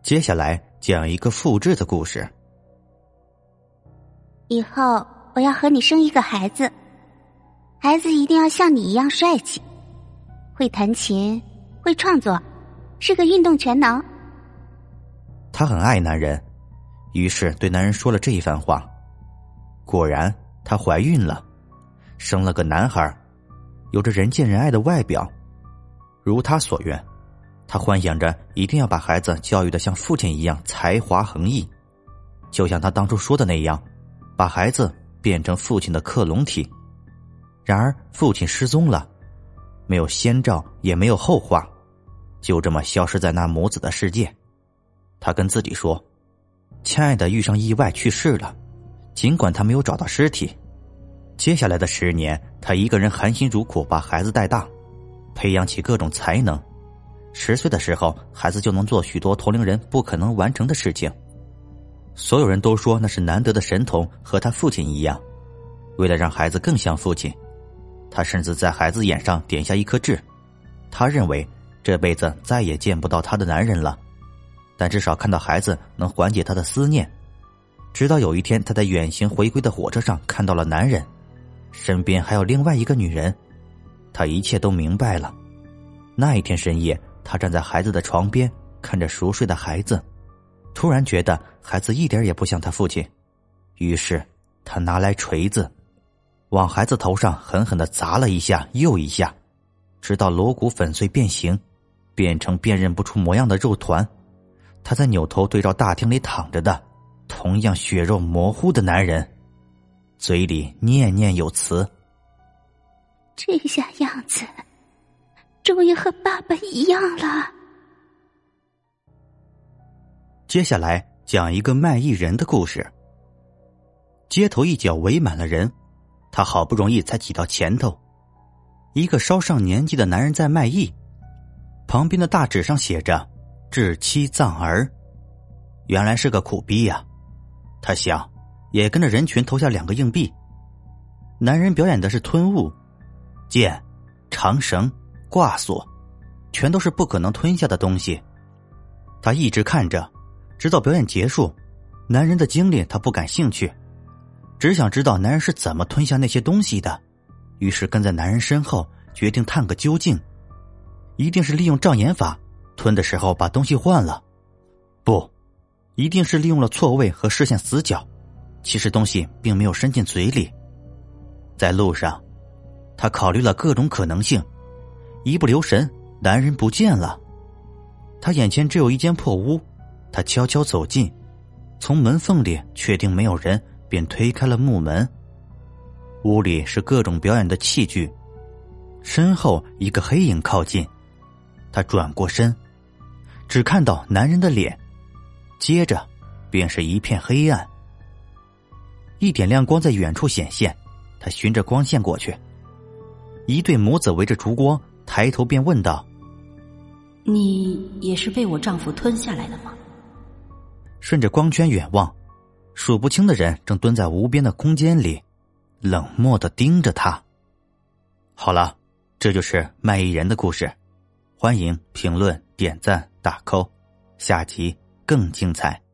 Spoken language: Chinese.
接下来讲一个复制的故事。 以后我要和你生一个孩子，孩子一定要像你一样帅气，会弹琴，会创作，是个运动全能。 她很爱男人，于是对男人说了这一番话。果然她怀孕了，生了个男孩，有着人见人爱的外表。如她所愿，她幻想着一定要把孩子教育得像父亲一样才华横溢，就像她当初说的那样，把孩子变成父亲的克隆体。然而父亲失踪了，没有先兆也没有后话，就这么消失在那母子的世界。她跟自己说，亲爱的遇上意外去世了，尽管她没有找到尸体。接下来的10年，她一个人含辛茹苦把孩子带大，培养起各种才能。10岁的时候，孩子就能做许多同龄人不可能完成的事情。所有人都说那是难得的神童，和他父亲一样。为了让孩子更像父亲，他甚至在孩子眼上点下一颗痣。他认为这辈子再也见不到他的男人了，但至少看到孩子能缓解他的思念。直到有一天，他在远行回归的火车上看到了男人，身边还有另外一个女人。他一切都明白了。那一天深夜，他站在孩子的床边，看着熟睡的孩子，突然觉得孩子一点也不像他父亲。于是他拿来锤子，往孩子头上狠狠地砸了一下又一下，直到锣鼓粉碎变形，变成辨认不出模样的肉团。他在扭头对照大厅里躺着的同样血肉模糊的男人，嘴里念念有词， 这下样子终于和爸爸一样了。 接下来讲一个卖艺人的故事。街头一角围满了人，他好不容易才挤到前头。一个稍上年纪的男人在卖艺，旁边的大纸上写着稚妻葬儿。原来是个苦逼呀，他想，也跟着人群投下2个硬币。男人表演的是吞物，剑、长绳、挂锁，全都是不可能吞下的东西。他一直看着，直到表演结束。男人的经历他不感兴趣，只想知道男人是怎么吞下那些东西的。于是跟在男人身后，决定探个究竟。一定是利用障眼法，吞的时候把东西换了。不，一定是利用了错位和视线死角，其实东西并没有伸进嘴里。在路上，他考虑了各种可能性，一不留神，男人不见了。他眼前只有一间破屋，他悄悄走近，从门缝里确定没有人，便推开了木门。屋里是各种表演的器具，身后一个黑影靠近，他转过身，只看到男人的脸，接着便是一片黑暗。一点亮光在远处显现，他循着光线过去。一对母子围着烛光，抬头便问道， 你也是被我丈夫吞下来的吗？ 顺着光圈远望，数不清的人正蹲在无边的空间里，冷漠地盯着他。好了，这就是卖艺人的故事。欢迎评论、点赞、打 call，下集更精彩。